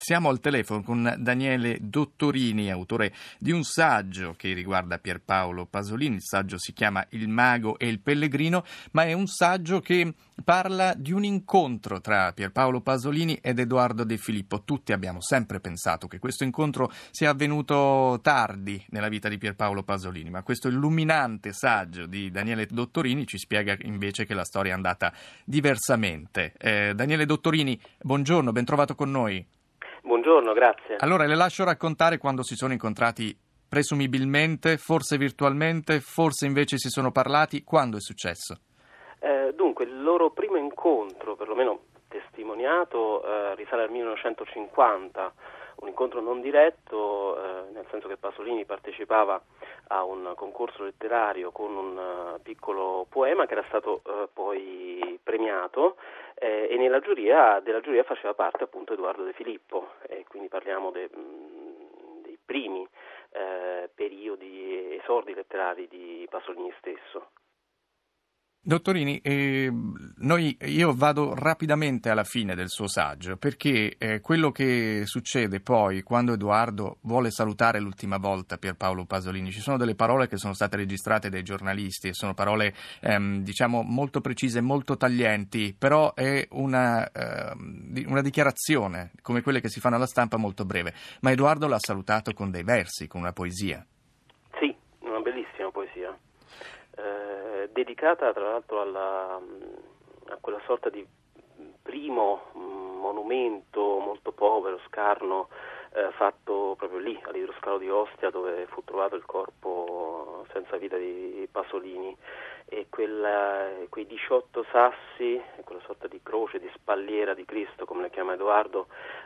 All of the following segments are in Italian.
Siamo al telefono con Daniele Dottorini, autore di un saggio che riguarda Pierpaolo Pasolini. Il saggio si chiama Il mago e il pellegrino, ma è un saggio che parla di un incontro tra Pierpaolo Pasolini ed Edoardo De Filippo. Tutti abbiamo sempre pensato che questo incontro sia avvenuto tardi nella vita di Pierpaolo Pasolini, ma questo illuminante saggio di Daniele Dottorini ci spiega invece che la storia è andata diversamente. Daniele Dottorini, buongiorno, ben trovato con noi. Buongiorno, grazie. Allora, le lascio raccontare quando si sono incontrati presumibilmente, forse virtualmente, forse invece si sono parlati. Quando è successo? Dunque, il loro primo incontro, perlomeno testimoniato, risale al 1950, un incontro non diretto, nel senso che Pasolini partecipava a un concorso letterario con un piccolo poema che era stato poi premiato, e della giuria faceva parte appunto Edoardo De Filippo, e quindi parliamo dei primi periodi, esordi letterari di Pasolini stesso. Dottorini, io vado rapidamente alla fine del suo saggio, perché quello che succede poi quando Edoardo vuole salutare l'ultima volta Pierpaolo Pasolini, ci sono delle parole che sono state registrate dai giornalisti e sono parole diciamo molto precise, molto taglienti, però è una dichiarazione come quelle che si fanno alla stampa molto breve, ma Edoardo l'ha salutato con dei versi, con una poesia. Sì, una bellissima poesia. Dedicata tra l'altro a quella sorta di primo monumento molto povero, scarno, fatto proprio lì, all'idroscalo di Ostia, dove fu trovato il corpo senza vita di Pasolini, e quei 18 sassi, quella sorta di croce, di spalliera di Cristo, come le chiama Edoardo,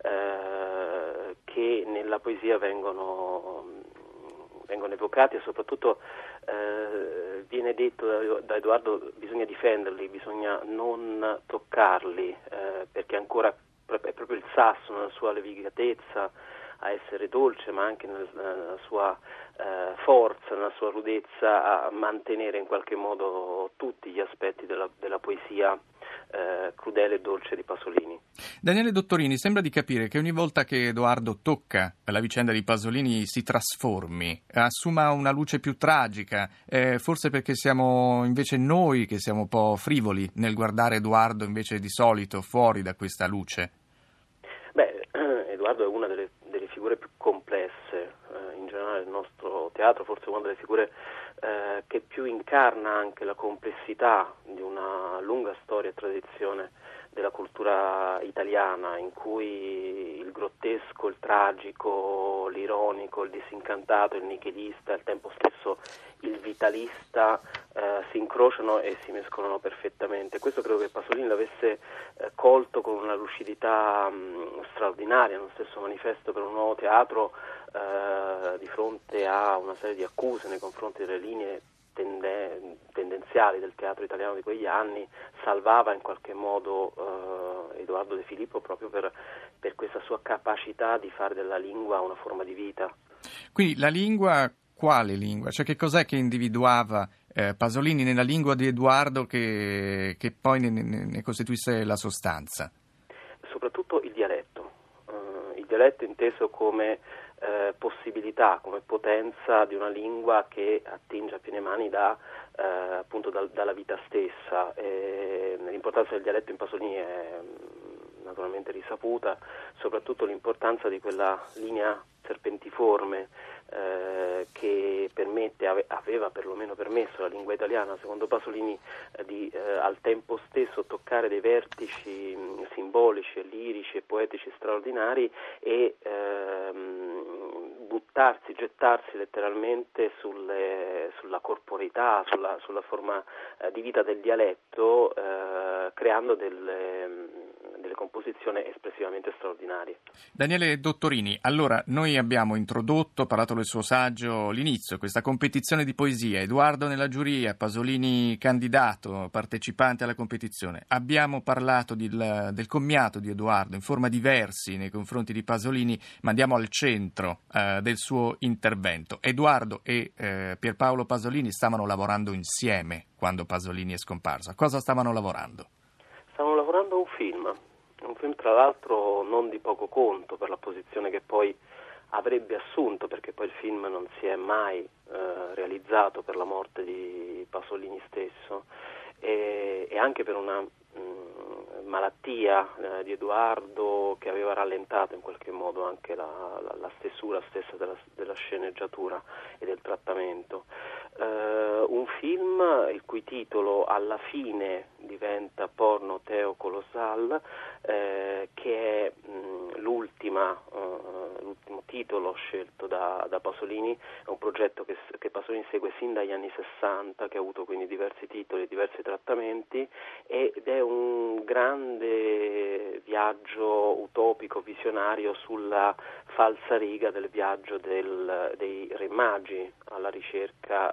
che nella poesia vengono evocati, e soprattutto viene detto da Edoardo: bisogna difenderli, bisogna non toccarli, perché ancora è proprio il sasso nella sua levigatezza a essere dolce, ma anche nella sua forza, nella sua rudezza, a mantenere in qualche modo tutti gli aspetti della poesia crudele e dolce di Pasolini. Daniele Dottorini, sembra di capire che ogni volta che Edoardo tocca la vicenda di Pasolini si trasformi, assuma una luce più tragica, forse perché siamo invece noi che siamo un po' frivoli nel guardare Edoardo invece di solito fuori da questa luce. Beh, Edoardo è una delle figure più complesse in generale del nostro teatro, forse una delle figure che più incarna anche la complessità di una lunga storia e tradizione della cultura italiana, in cui il grottesco, il tragico, l'ironico, il disincantato, il nichilista, al tempo stesso il vitalista si incrociano e si mescolano perfettamente. Questo credo che Pasolini l'avesse colto con una lucidità straordinaria, nello stesso manifesto per un nuovo teatro, di fronte a una serie di accuse nei confronti delle linee tendenziali del teatro italiano di quegli anni. Salvava in qualche modo Edoardo De Filippo proprio per questa sua capacità di fare della lingua una forma di vita. Quindi la lingua, quale lingua? Cioè che cos'è che individuava Pasolini nella lingua di Edoardo che poi ne costituisse la sostanza? Soprattutto il dialetto inteso come possibilità, come potenza di una lingua che attinge a piene mani appunto dalla vita stessa. L'importanza del dialetto in Pasolini è naturalmente risaputa, soprattutto l'importanza di quella linea serpentiforme che aveva perlomeno permesso alla lingua italiana, secondo Pasolini, di al tempo stesso toccare dei vertici simbolici e lirici e poetici straordinari e gettarsi letteralmente sulla corporeità, sulla forma di vita del dialetto, creando delle composizioni espressivamente straordinarie. Daniele Dottorini, allora noi abbiamo introdotto, parlato del suo saggio, l'inizio, questa competizione di poesia, Edoardo nella giuria, Pasolini candidato, partecipante alla competizione. Abbiamo parlato del commiato di Edoardo in forma di versi nei confronti di Pasolini, ma andiamo al centro del suo intervento. Edoardo e Pierpaolo Pasolini stavano lavorando insieme quando Pasolini è scomparso. A cosa stavano lavorando? Stavano lavorando a un film. Un film tra l'altro non di poco conto per la posizione che poi avrebbe assunto, perché poi il film non si è mai realizzato per la morte di Pasolini stesso, e anche per una malattia di Edoardo che aveva rallentato in qualche modo anche la stesura stessa della sceneggiatura e del trattamento. Un film il cui titolo alla fine diventa Porno Teo Colossal, che è l'ultimo titolo scelto da Pasolini. È un progetto che Pasolini segue sin dagli anni 60, che ha avuto quindi diversi titoli e diversi trattamenti, ed è un grande viaggio utopico, visionario sulla falsariga del viaggio dei Re Magi alla ricerca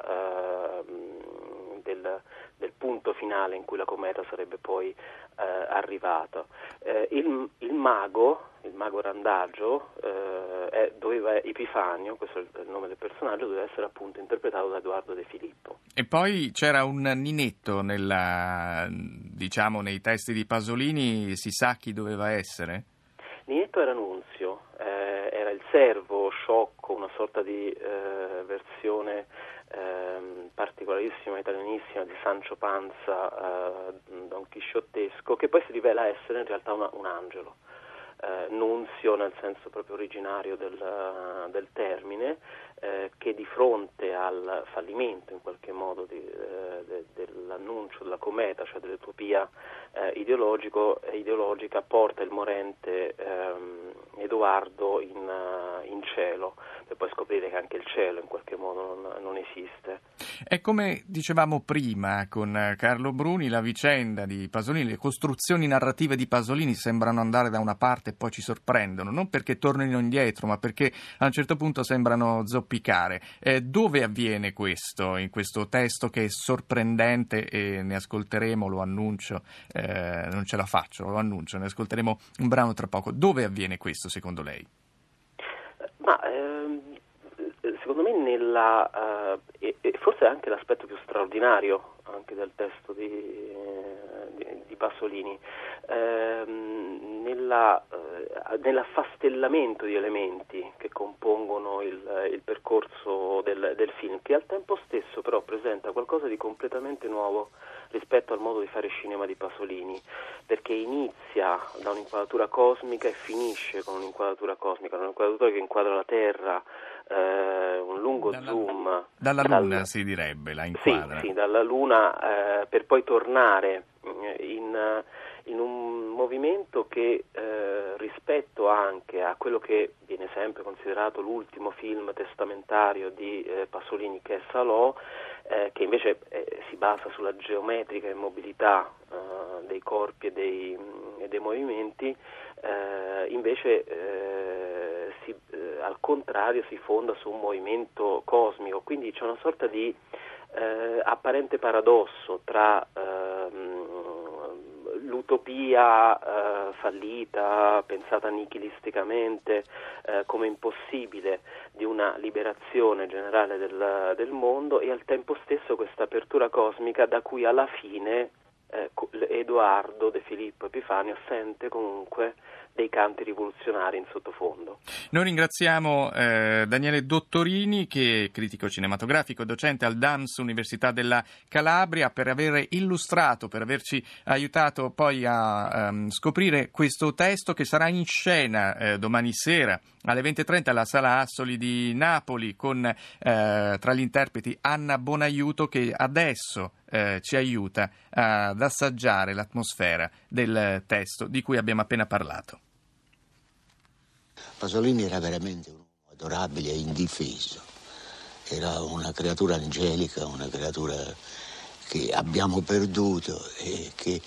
del punto finale in cui la cometa sarebbe poi arrivata. Il mago Randagio doveva Epifanio, questo è il nome del personaggio, doveva essere appunto interpretato da Edoardo De Filippo. E poi c'era un ninetto nei testi di Pasolini, si sa chi doveva essere? Ninetto era Nunzio, era il servo sciocco, una sorta di versione particolarissima, italianissima di Sancho Panza, Don Chisciottesco, che poi si rivela essere in realtà un angelo. Nunzio nel senso proprio originario del termine, che di fronte al fallimento in qualche modo dell'annuncio della cometa, cioè dell'utopia ideologica, porta il morente Edoardo in cielo, per poi scoprire che anche il cielo in qualche modo non esiste. È come dicevamo prima con Carlo Bruni, la vicenda di Pasolini, le costruzioni narrative di Pasolini sembrano andare da una parte e poi ci sorprendono, non perché tornino indietro, ma perché a un certo punto sembrano zoppicare. Dove avviene questo, in questo testo che è sorprendente, e ne ascolteremo, lo annuncio, non ce la faccio, lo annuncio, ne ascolteremo un brano tra poco. Dove avviene questo secondo lei? Secondo me e forse anche l'aspetto più straordinario anche del testo di Pasolini, nell'affastellamento di elementi che compongono il percorso del film, che al tempo stesso però presenta qualcosa di completamente nuovo rispetto al modo di fare cinema di Pasolini, perché inizia da un'inquadratura cosmica e finisce con un'inquadratura cosmica, un'inquadratura che inquadra la Terra, un lungo zoom dalla Luna, si direbbe, la inquadra. Sì, dalla Luna, per poi tornare in un movimento che rispetto anche a quello che viene sempre considerato l'ultimo film testamentario di Pasolini, che è Salò, che invece si basa sulla geometrica immobilità dei corpi e dei movimenti, invece al contrario si fonda su un movimento cosmico, quindi c'è una sorta di apparente paradosso tra l'utopia fallita, pensata nichilisticamente come impossibile, di una liberazione generale del mondo, e al tempo stesso questa apertura cosmica da cui alla fine Edoardo De Filippo Epifanio sente comunque dei canti rivoluzionari in sottofondo. Noi ringraziamo Daniele Dottorini, che è critico cinematografico, docente al DAMS Università della Calabria, per aver illustrato, per averci aiutato poi a scoprire questo testo, che sarà in scena domani sera alle 20:30 alla Sala Assoli di Napoli, con tra gli interpreti Anna Bonaiuto, che adesso ci aiuta ad assaggiare l'atmosfera del testo di cui abbiamo appena parlato. Pasolini era veramente un uomo adorabile e indifeso, era una creatura angelica, una creatura che abbiamo perduto e che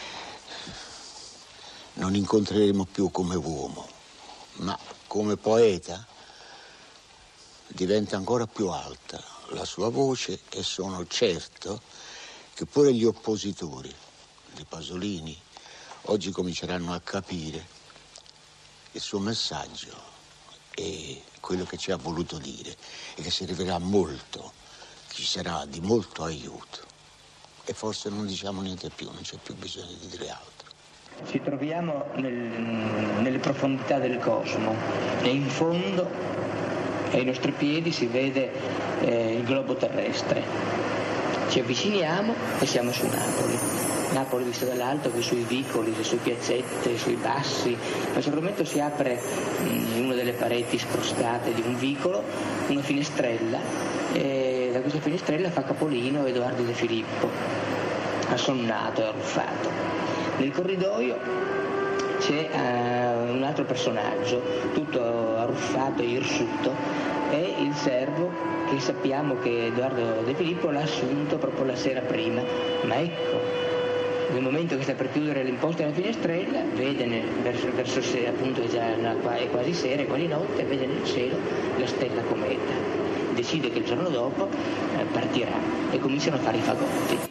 non incontreremo più come uomo, ma come poeta diventa ancora più alta la sua voce, e sono certo che pure gli oppositori di Pasolini oggi cominceranno a capire il suo messaggio e quello che ci ha voluto dire, e che servirà molto, ci sarà di molto aiuto, e forse non diciamo niente più, non c'è più bisogno di dire altro. Ci troviamo nelle profondità del cosmo e in fondo ai nostri piedi si vede il globo terrestre. Ci avviciniamo e siamo su Napoli. Napoli vista dall'alto, con i suoi vicoli, le sue piazzette, i suoi bassi. A un certo momento si apre in una delle pareti scrostate di un vicolo una finestrella e da questa finestrella fa capolino Edoardo De Filippo, assonnato e arruffato. Nel corridoio c'è un altro personaggio, tutto arruffato e irsuto, è il servo che sappiamo che Edoardo De Filippo l'ha assunto proprio la sera prima. Ma ecco, nel momento che sta per chiudere l'imposta della finestrella, vede verso se appunto è quasi sera, è quasi notte, vede nel cielo la stella cometa. Decide che il giorno dopo partirà e cominciano a fare i fagotti.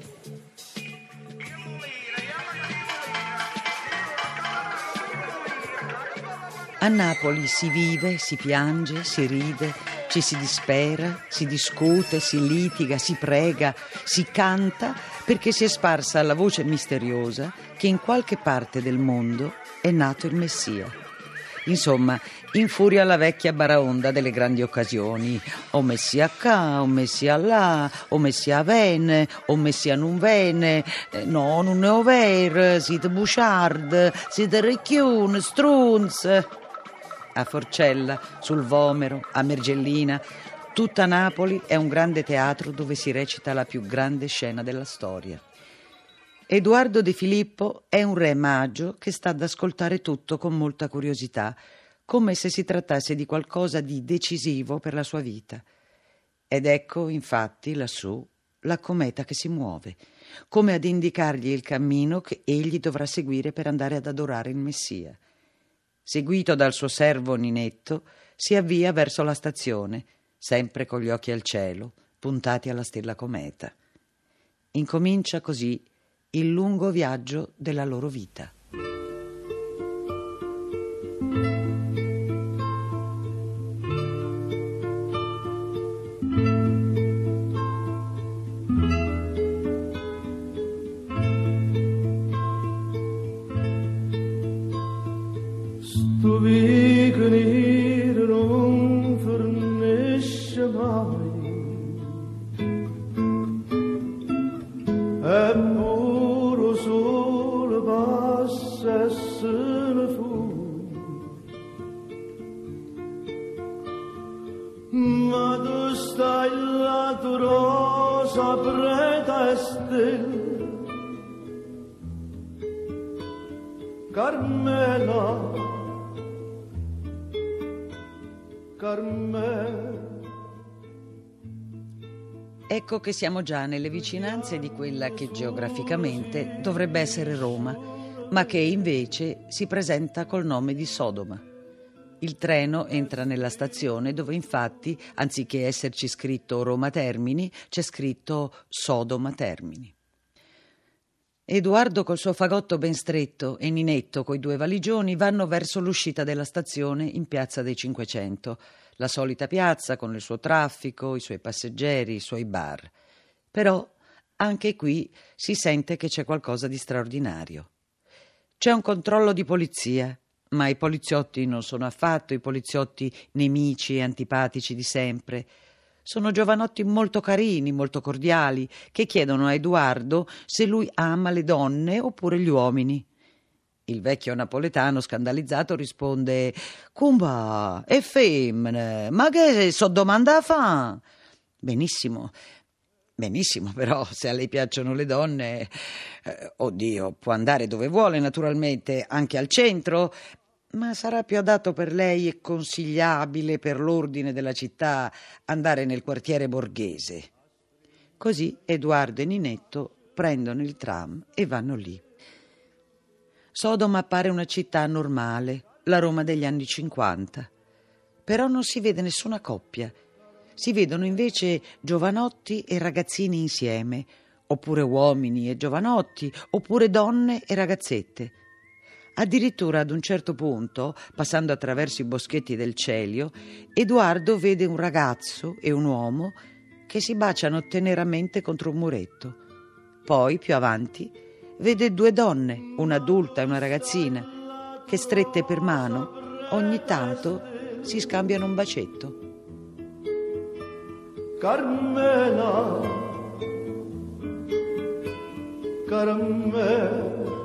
A Napoli si vive, si piange, si ride, ci si dispera, si discute, si litiga, si prega, si canta, perché si è sparsa la voce misteriosa che in qualche parte del mondo è nato il Messia. Insomma, infuria la vecchia baraonda delle grandi occasioni. O Messia qua, o Messia là, o Messia vene, o Messia non vene, no, non è over, siete buciard, siete recchiun, strunz. A Forcella, sul Vomero, a Mergellina, tutta Napoli è un grande teatro dove si recita la più grande scena della storia. Edoardo De Filippo è un re magio che sta ad ascoltare tutto con molta curiosità, come se si trattasse di qualcosa di decisivo per la sua vita. Ed ecco, infatti, lassù, la cometa che si muove, come ad indicargli il cammino che egli dovrà seguire per andare ad adorare il Messia. Seguito dal suo servo Ninetto, si avvia verso la stazione, sempre con gli occhi al cielo, puntati alla stella cometa. Incomincia così il lungo viaggio della loro vita. Sto vicino non fornisce mai, è puro sole passa e se ne fu, ma tu stai là, tu rosa preta e stella, Carmela, Ecco che siamo già nelle vicinanze di quella che geograficamente dovrebbe essere Roma, ma che invece si presenta col nome di Sodoma. Il treno entra nella stazione dove infatti, anziché esserci scritto Roma Termini, c'è scritto Sodoma Termini. Edoardo col suo fagotto ben stretto e Ninetto coi due valigioni vanno verso l'uscita della stazione in Piazza dei Cinquecento, la solita piazza con il suo traffico, i suoi passeggeri, i suoi bar. Però anche qui si sente che c'è qualcosa di straordinario. C'è un controllo di polizia, ma i poliziotti non sono affatto i poliziotti nemici e antipatici di sempre. Sono giovanotti molto carini, molto cordiali, che chiedono a Edoardo se lui ama le donne oppure gli uomini. Il vecchio napoletano scandalizzato risponde: «Cumba, è femmine, ma che so domanda fa?» Benissimo, però se a lei piacciono le donne, oddio, può andare dove vuole naturalmente, anche al centro, ma sarà più adatto per lei e consigliabile per l'ordine della città andare nel quartiere borghese. Così Edoardo e Ninetto prendono il tram e vanno lì. Sodoma appare una città normale, la Roma degli anni 50. Però non si vede nessuna coppia. Si vedono invece giovanotti e ragazzini insieme, oppure uomini e giovanotti, oppure donne e ragazzette. Addirittura ad un certo punto, passando attraverso i boschetti del Celio, Edoardo vede un ragazzo e un uomo che si baciano teneramente contro un muretto. Poi, più avanti, vede due donne, una adulta e una ragazzina, che strette per mano ogni tanto si scambiano un bacetto. Carmela, Carmela,